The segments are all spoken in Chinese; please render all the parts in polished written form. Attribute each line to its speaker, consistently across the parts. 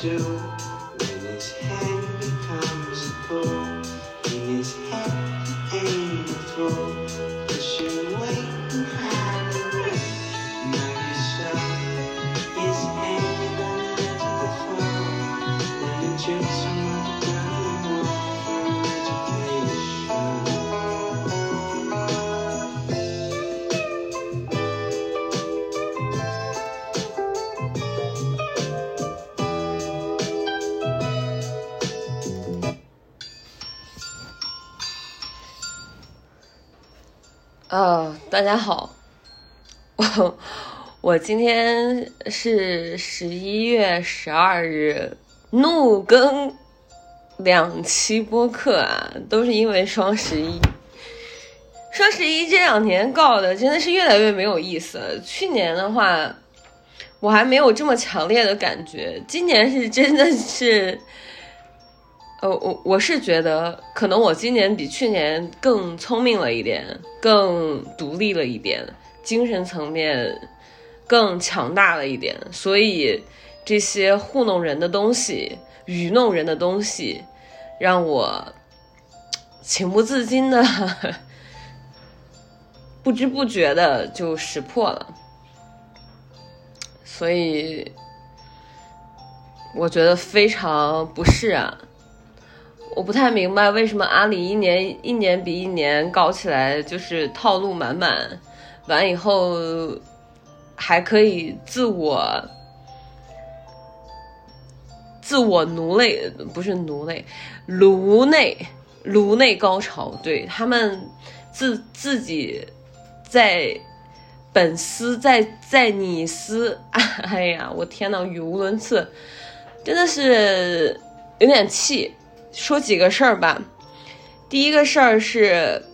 Speaker 1: do when his hand becomes a pull in his head ain't a fool pushing weight and hiding weight now you saw his hand on the edge of the fall then the tricks from the down for education
Speaker 2: 大家好，我今天是11月12日怒更2期播客啊，都是因为双十一这2年搞的真的是越来越没有意思了。去年的话我还没有这么强烈的感觉，今年是真的是我是觉得可能我今年比去年更聪明了一点，更独立了一点，精神层面更强大了一点，所以这些糊弄人的东西，愚弄人的东西让我情不自禁的不知不觉的就识破了。所以我觉得非常不适啊。我不太明白为什么阿里一年比一年搞起来就是套路满满，完以后还可以自我奴内，不是奴内，颅内高潮，对，他们自己在本思在你思，哎呀，我天哪，语无伦次，真的是有点气。说几个事儿吧。第一个事儿是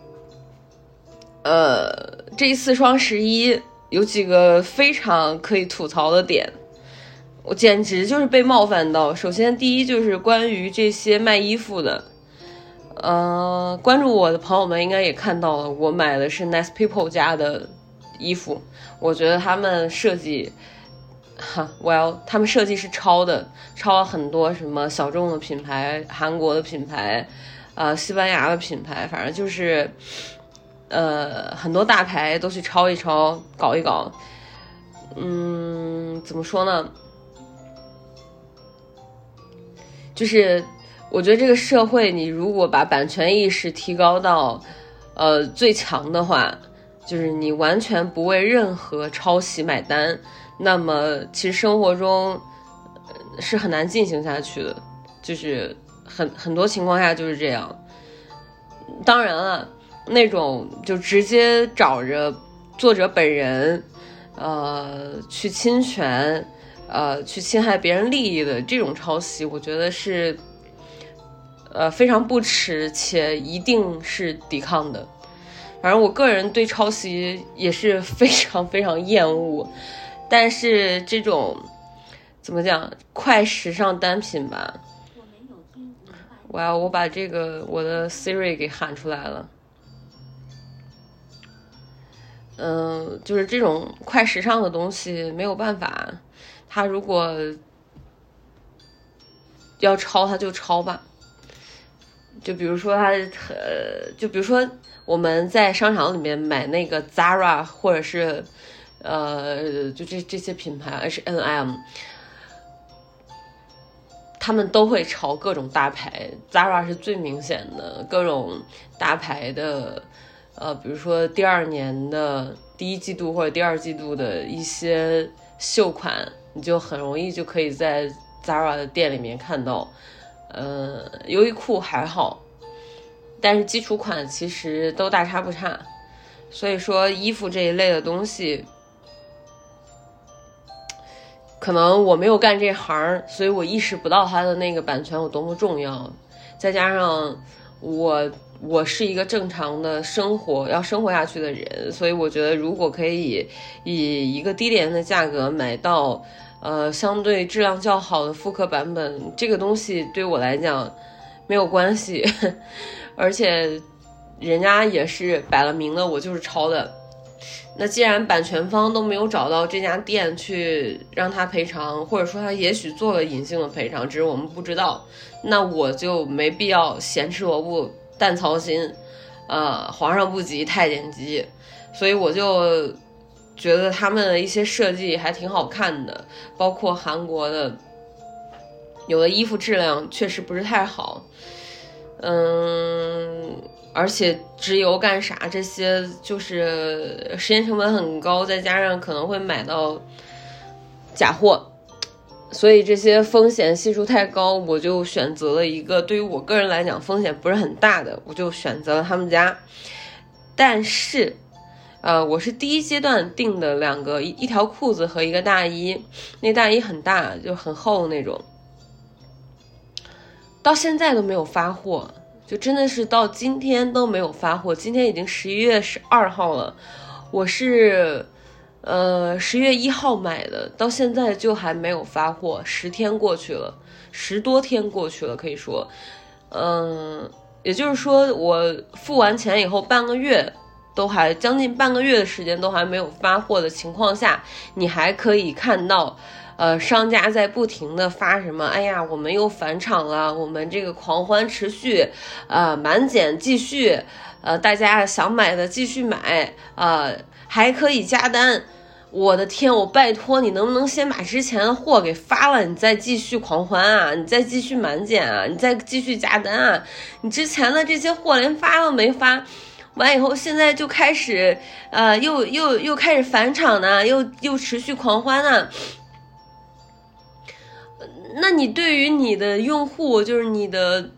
Speaker 2: 这一次双十一有几个非常可以吐槽的点，我简直就是被冒犯到。首先第一就是关于这些卖衣服的，关注我的朋友们应该也看到了，我买的是 Nice People 家的衣服，我觉得他们设计他们设计是抄了很多什么小众的品牌，韩国的品牌，西班牙的品牌，反正就是很多大牌都去抄一抄，搞一搞。怎么说呢？就是我觉得这个社会，你如果把版权意识提高到最强的话，就是你完全不为任何抄袭买单。那么其实生活中是很难进行下去的，就是很多情况下就是这样。当然了，那种就直接找着作者本人去侵权去侵害别人利益的这种抄袭，我觉得是非常不耻且一定是抵抗的。反正我个人对抄袭也是非常非常厌恶，但是这种怎么讲，快时尚单品吧，我把这个我的 Siri 给喊出来了。就是这种快时尚的东西没有办法，他如果要抄他就抄吧。就比如说就比如说我们在商场里面买那个 Zara 或者是就这些品牌 H&M， 他们都会抄各种大牌， Zara 是最明显的，各种大牌的比如说第2年的第1季度或者第2季度的一些秀款，你就很容易就可以在 Zara 的店里面看到。优衣库还好，但是基础款其实都大差不差。所以说衣服这一类的东西，可能我没有干这行，所以我意识不到它的那个版权有多么重要。再加上我是一个正常的要生活下去的人，所以我觉得如果可以以一个低廉的价格买到相对质量较好的复刻版本，这个东西对我来讲没有关系。而且人家也是摆了明了我就是抄的， 那既然版权方都没有找到这家店去让他赔偿，或者说他也许做了隐性的赔偿，只是我们不知道，那我就没必要咸吃萝卜淡操心，皇上不急太监急，所以我就觉得他们的一些设计还挺好看的，包括韩国的有的衣服质量确实不是太好，而且直邮干啥这些就是时间成本很高，再加上可能会买到假货，所以这些风险系数太高，我就选择了一个对于我个人来讲风险不是很大的，我就选择了他们家。但是我是第一阶段订的两个，一条裤子和一个大衣，那大衣很大就很厚那种，到现在都没有发货，就真的是到今天都没有发货。今天已经11月12号了，我是10月1号买的，到现在就还没有发货，10天过去了，10多天过去了，可以说也就是说我付完钱以后半个月都还将近半个月的时间都还没有发货的情况下，你还可以看到商家在不停的发什么，哎呀我们又返场了，我们这个狂欢持续，满减继续，大家想买的继续买，还可以加单。我的天，我拜托你能不能先把之前的货给发了，你再继续狂欢啊，你再继续满减啊，你再继续加单啊，你之前的这些货连发都没发完以后，现在就开始又开始返场呢，又持续狂欢呢。那你对于你的用户，就是你的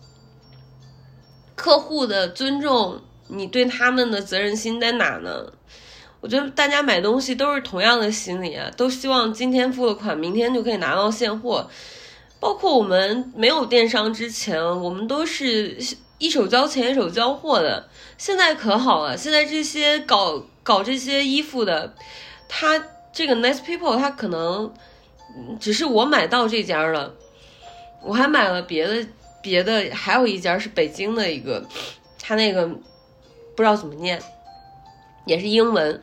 Speaker 2: 客户的尊重，你对他们的责任心在哪呢？我觉得大家买东西都是同样的心理啊，都希望今天付了款，明天就可以拿到现货。包括我们没有电商之前，我们都是一手交钱一手交货的。现在可好了，现在这些搞这些衣服的，他这个 Nice People 他可能只是我买到这家了，我还买了别的，还有一家是北京的一个，他那个不知道怎么念，也是英文，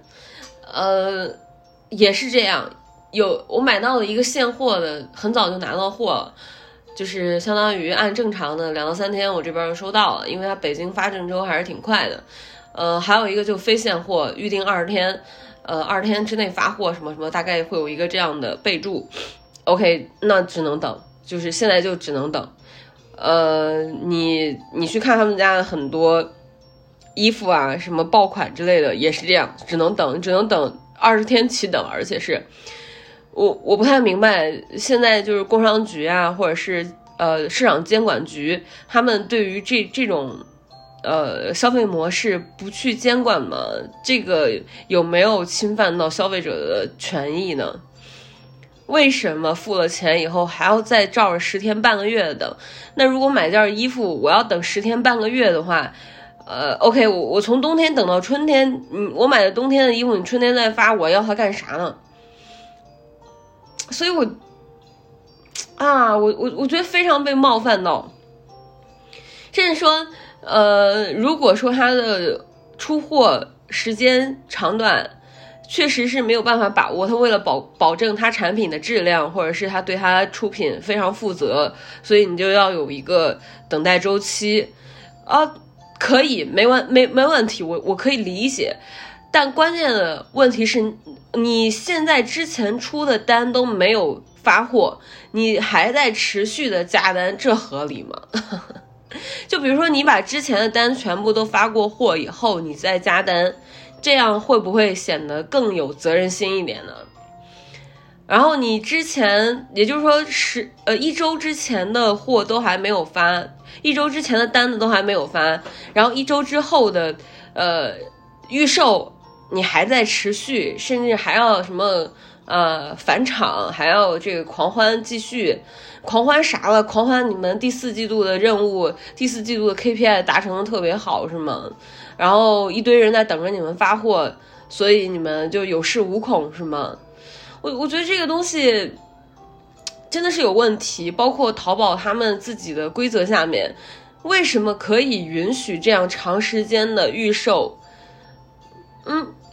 Speaker 2: 也是这样。我买到了一个现货的，很早就拿到货了，就是相当于按正常的2到3天我这边就收到了，因为它北京发郑州还是挺快的。还有一个就非现货，预定20天，20天之内发货什么什么，大概会有一个这样的备注。OK， 那只能等，就是现在就只能等。你去看他们家的很多衣服啊，什么爆款之类的也是这样，只能等20天起等，而且是我不太明白，现在就是工商局啊，或者是市场监管局，他们对于这种消费模式不去监管吗？这个有没有侵犯到消费者的权益呢？为什么付了钱以后还要再照着10天半个月的等？那如果买件衣服我要等10天半个月的话，OK， 我从冬天等到春天，我买的冬天的衣服你春天再发，我要它干啥呢？所以我觉得非常被冒犯到。甚至说如果说它的出货时间长短确实是没有办法把握，他为了保证他产品的质量，或者是他对他出品非常负责，所以你就要有一个等待周期可以没问题，我可以理解。但关键的问题是，你现在之前出的单都没有发货，你还在持续的加单，这合理吗？就比如说你把之前的单全部都发过货以后，你再加单，这样会不会显得更有责任心一点呢？然后你之前，也就是说1周之前的货都还没有发，1周之前的单子都还没有发，然后1周之后的预售你还在持续，甚至还要什么返场，还要这个狂欢继续。狂欢啥了？狂欢你们第4季度的任务，第4季度的 KPI 达成的特别好是吗？然后一堆人在等着你们发货，所以你们就有恃无恐是吗？我觉得这个东西真的是有问题。包括淘宝他们自己的规则下面，为什么可以允许这样长时间的预售？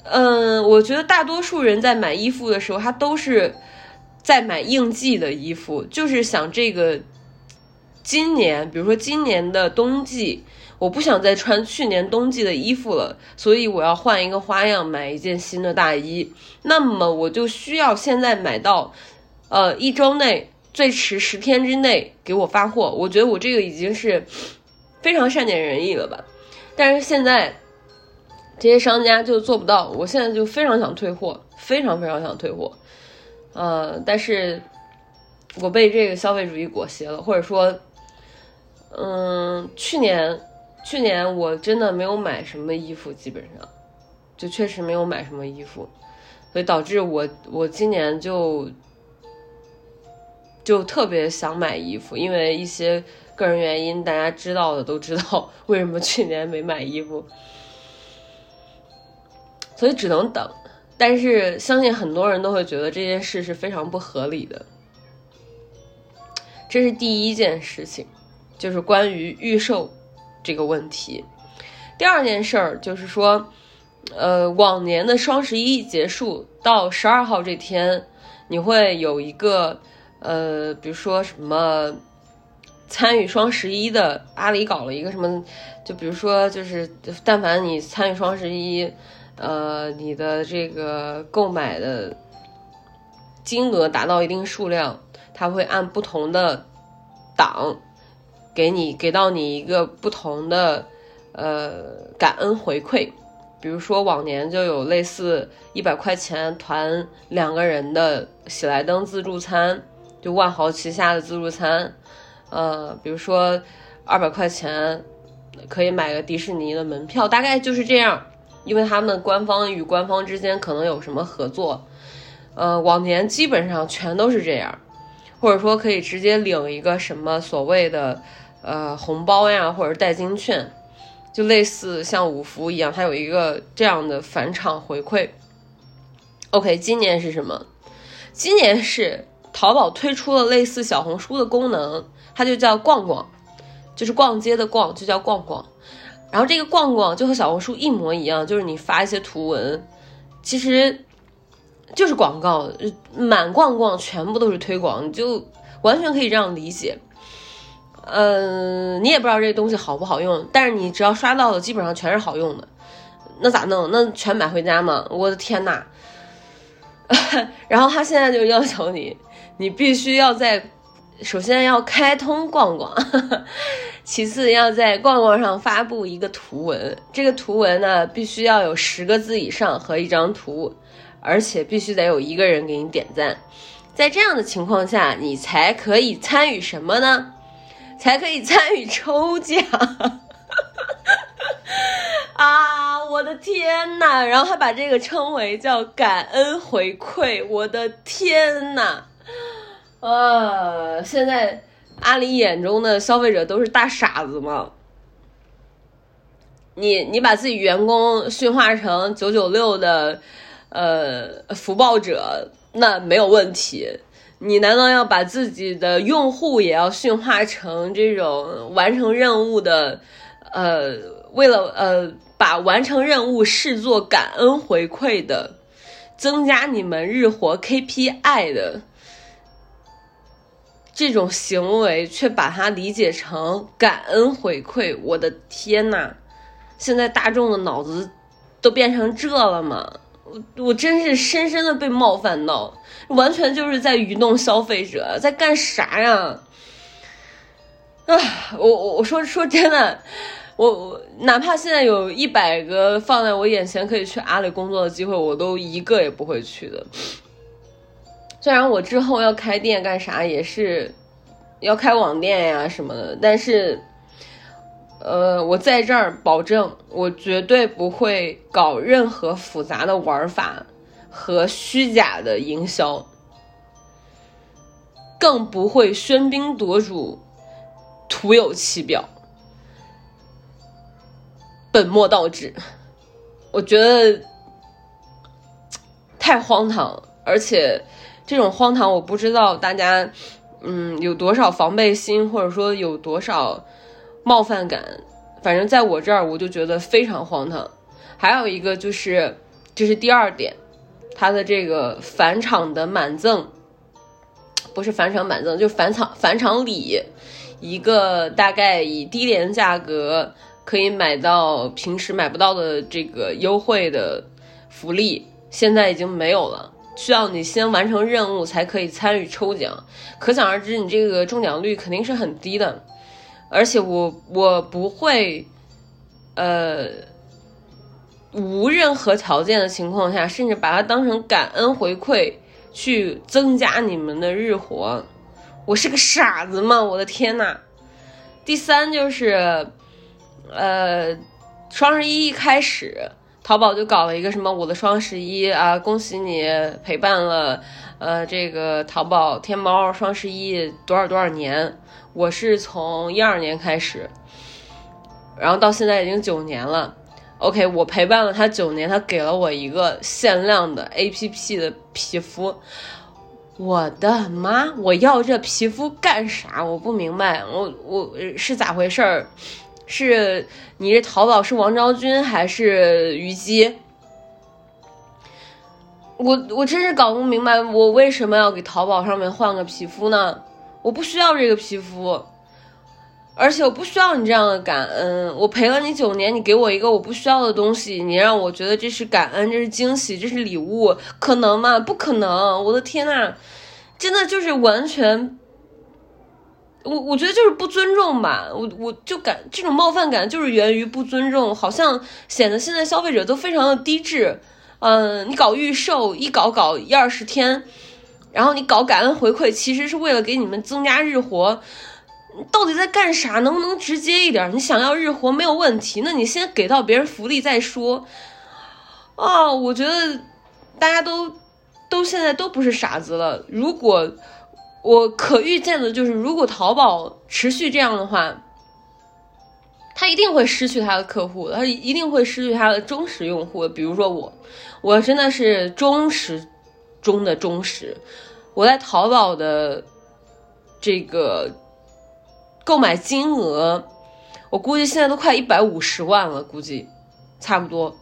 Speaker 2: 我觉得大多数人在买衣服的时候，他都是在买应季的衣服，就是想这个今年，比如说今年的冬季，我不想再穿去年冬季的衣服了，所以我要换一个花样，买一件新的大衣。那么我就需要现在买到1周内最迟10天之内给我发货。我觉得我这个已经是非常善解人意了吧。但是现在这些商家就做不到，我现在就非常想退货，非常非常想退货。但是我被这个消费主义裹挟了，或者说去年我真的没有买什么衣服，基本上就确实没有买什么衣服，所以导致我今年就特别想买衣服，因为一些个人原因，大家知道的都知道为什么去年没买衣服，所以只能等。但是相信很多人都会觉得这件事是非常不合理的。这是第一件事情，就是关于预售这个问题。第二件事儿就是说往年的双11结束到12号这天，你会有一个比如说什么参与双11的，阿里搞了一个什么，就比如说就是但凡你参与双11，你的这个购买的金额达到一定数量，它会按不同的档给到你一个不同的感恩回馈。比如说往年就有类似100块钱团2个人的喜来登自助餐，就万豪旗下的自助餐，比如说200块钱可以买个迪士尼的门票，大概就是这样。因为他们官方与官方之间可能有什么合作，往年基本上全都是这样，或者说可以直接领一个什么所谓的红包呀，或者代金券，就类似像五福一样，它有一个这样的返场回馈。OK， 今年是什么？今年是淘宝推出了类似小红书的功能，它就叫逛逛，就是逛街的逛，就叫逛逛。然后这个逛逛就和小红书一模一样，就是你发一些图文，其实就是广告，满逛逛全部都是推广，你就完全可以这样理解。你也不知道这东西好不好用，但是你只要刷到的基本上全是好用的，那咋弄？那全买回家嘛？我的天哪！然后他现在就要求你必须要首先要开通逛逛，其次要在逛逛上发布一个图文，这个图文呢必须要有10个字以上和一张图，而且必须得有1个人给你点赞。在这样的情况下，你才可以参与什么呢？才可以参与抽奖。啊，我的天哪！然后他把这个称为叫感恩回馈，我的天哪！现在阿里眼中的消费者都是大傻子吗？你把自己员工驯化成996的福报者，那没有问题。你难道要把自己的用户也要驯化成这种完成任务的为了把完成任务视作感恩回馈的，增加你们日活 KPI 的这种行为，却把它理解成感恩回馈？我的天哪！现在大众的脑子都变成这了吗？我真是深深的被冒犯到，完全就是在愚弄消费者，在干啥呀？我说真的，我哪怕现在有100个放在我眼前可以去阿里工作的机会，我都一个也不会去的。虽然我之后要开店干啥也是要开网店呀什么的，但是我在这儿保证，我绝对不会搞任何复杂的玩法和虚假的营销，更不会喧宾夺主、徒有其表、本末倒置。我觉得太荒唐，而且这种荒唐我不知道大家有多少防备心，或者说有多少冒犯感，反正在我这儿我就觉得非常荒唐。还有一个就是这是第二点，它的这个返场的满赠，不是返场满赠，就是返场礼，一个大概以低廉价格可以买到平时买不到的这个优惠的福利，现在已经没有了，需要你先完成任务才可以参与抽奖，可想而知你这个中奖率肯定是很低的。而且我不会无任何条件的情况下，甚至把它当成感恩回馈去增加你们的日活，我是个傻子吗？我的天哪！第三就是双十一一开始，淘宝就搞了一个什么我的双十一啊，恭喜你陪伴了这个淘宝天猫双十一多少年。我是从12年开始，然后到现在已经9年了。OK， 我陪伴了他9年，他给了我一个限量的 APP 的皮肤。我的妈！我要这皮肤干啥？我不明白，我是咋回事？是你这淘宝是王昭君还是虞姬？我真是搞不明白，我为什么要给淘宝上面换个皮肤呢？我不需要这个皮肤，而且我不需要你这样的感恩。我陪了你9年，你给我一个我不需要的东西，你让我觉得这是感恩，这是惊喜，这是礼物，可能吗？不可能！我的天呐，真的就是完全，我觉得就是不尊重吧。我就感这种冒犯感就是源于不尊重，好像显得现在消费者都非常的低质。你搞预售一搞1-20天。然后你搞感恩回馈，其实是为了给你们增加日活，到底在干啥？能不能直接一点？你想要日活没有问题，那你先给到别人福利再说。我觉得大家都现在都不是傻子了。如果我可预见的就是，如果淘宝持续这样的话，他一定会失去他的客户的，他一定会失去他的忠实用户的。比如说我真的是忠实中的忠实，我在淘宝的这个购买金额，我估计现在都快150万了，估计差不多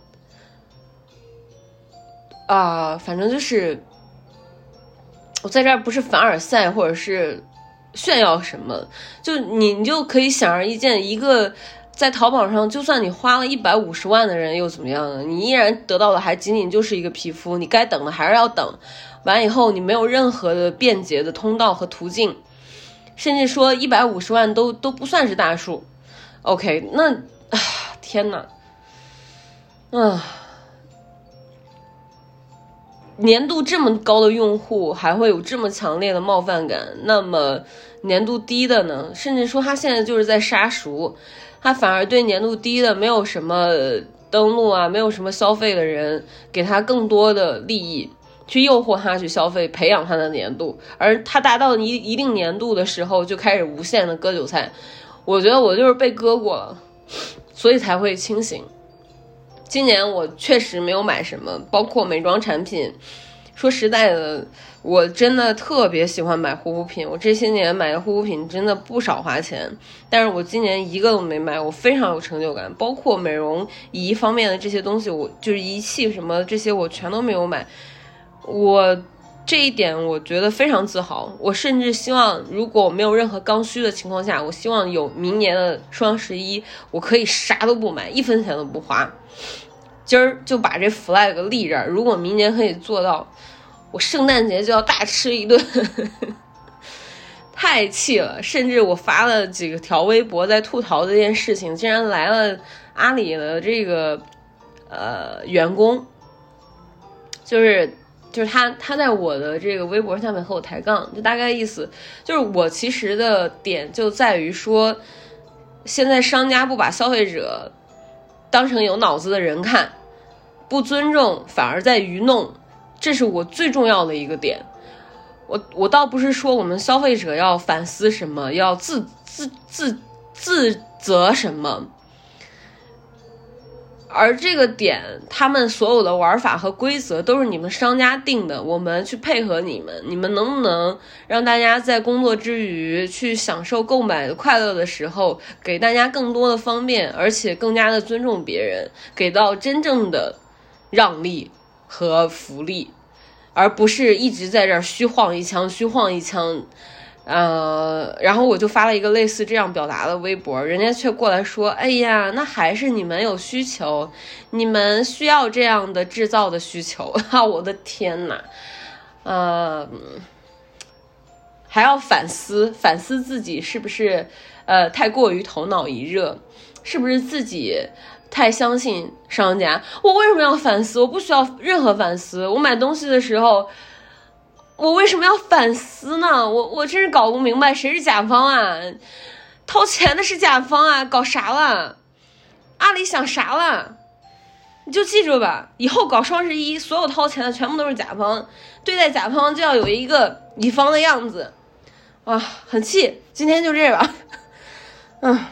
Speaker 2: 反正就是我在这儿不是凡尔赛或者是炫耀什么，就你就可以显而易见，一个在淘宝上就算你花了150万的人又怎么样呢？你依然得到的还仅仅就是一个皮肤，你该等的还是要等，完以后你没有任何的便捷的通道和途径，甚至说150万都不算是大数。 OK， 那天哪年度这么高的用户还会有这么强烈的冒犯感，那么年度低的呢？甚至说他现在就是在杀熟，他反而对年度低的没有什么登录啊，没有什么消费的人给他更多的利益，去诱惑他去消费，培养他的年度，而他达到一定年度的时候就开始无限的割韭菜。我觉得我就是被割过了，所以才会清醒。今年我确实没有买什么，包括美妆产品。说实在的，我真的特别喜欢买护肤品，我这些年买的护肤品真的不少花钱，但是我今年一个都没买，我非常有成就感。包括美容仪方面的这些东西，我就是仪器什么这些我全都没有买，我这一点我觉得非常自豪。我甚至希望，如果我没有任何刚需的情况下，我希望有明年的双11，我可以啥都不买，1分钱都不花。今儿就把这 flag 立这儿，如果明年可以做到，我圣诞节就要大吃一顿太气了。甚至我发了几条微博在吐槽这件事情，竟然来了阿里的这个员工，就是他在我的这个微博下面和我抬杠，就大概意思就是我其实的点就在于说，现在商家不把消费者当成有脑子的人看，不尊重反而在愚弄，这是我最重要的一个点。我倒不是说我们消费者要反思什么，要自责什么，而这个点他们所有的玩法和规则都是你们商家定的，我们去配合你们，你们能不能让大家在工作之余去享受购买的快乐的时候，给大家更多的方便，而且更加的尊重别人，给到真正的让利， 和福利，而不是一直在这儿虚晃一枪。然后我就发了一个类似这样表达的微博，人家却过来说，哎呀，那还是你们有需求，你们需要这样的制造的需求我的天哪，还要反思自己是不是太过于头脑一热，是不是自己太相信商家。我为什么要反思？我不需要任何反思。我买东西的时候，我为什么要反思呢？我真是搞不明白，谁是甲方啊？掏钱的是甲方啊，搞啥了？阿里想啥了？你就记住吧，以后搞双十一，所有掏钱的全部都是甲方，对待甲方就要有一个乙方的样子。很气，今天就这吧。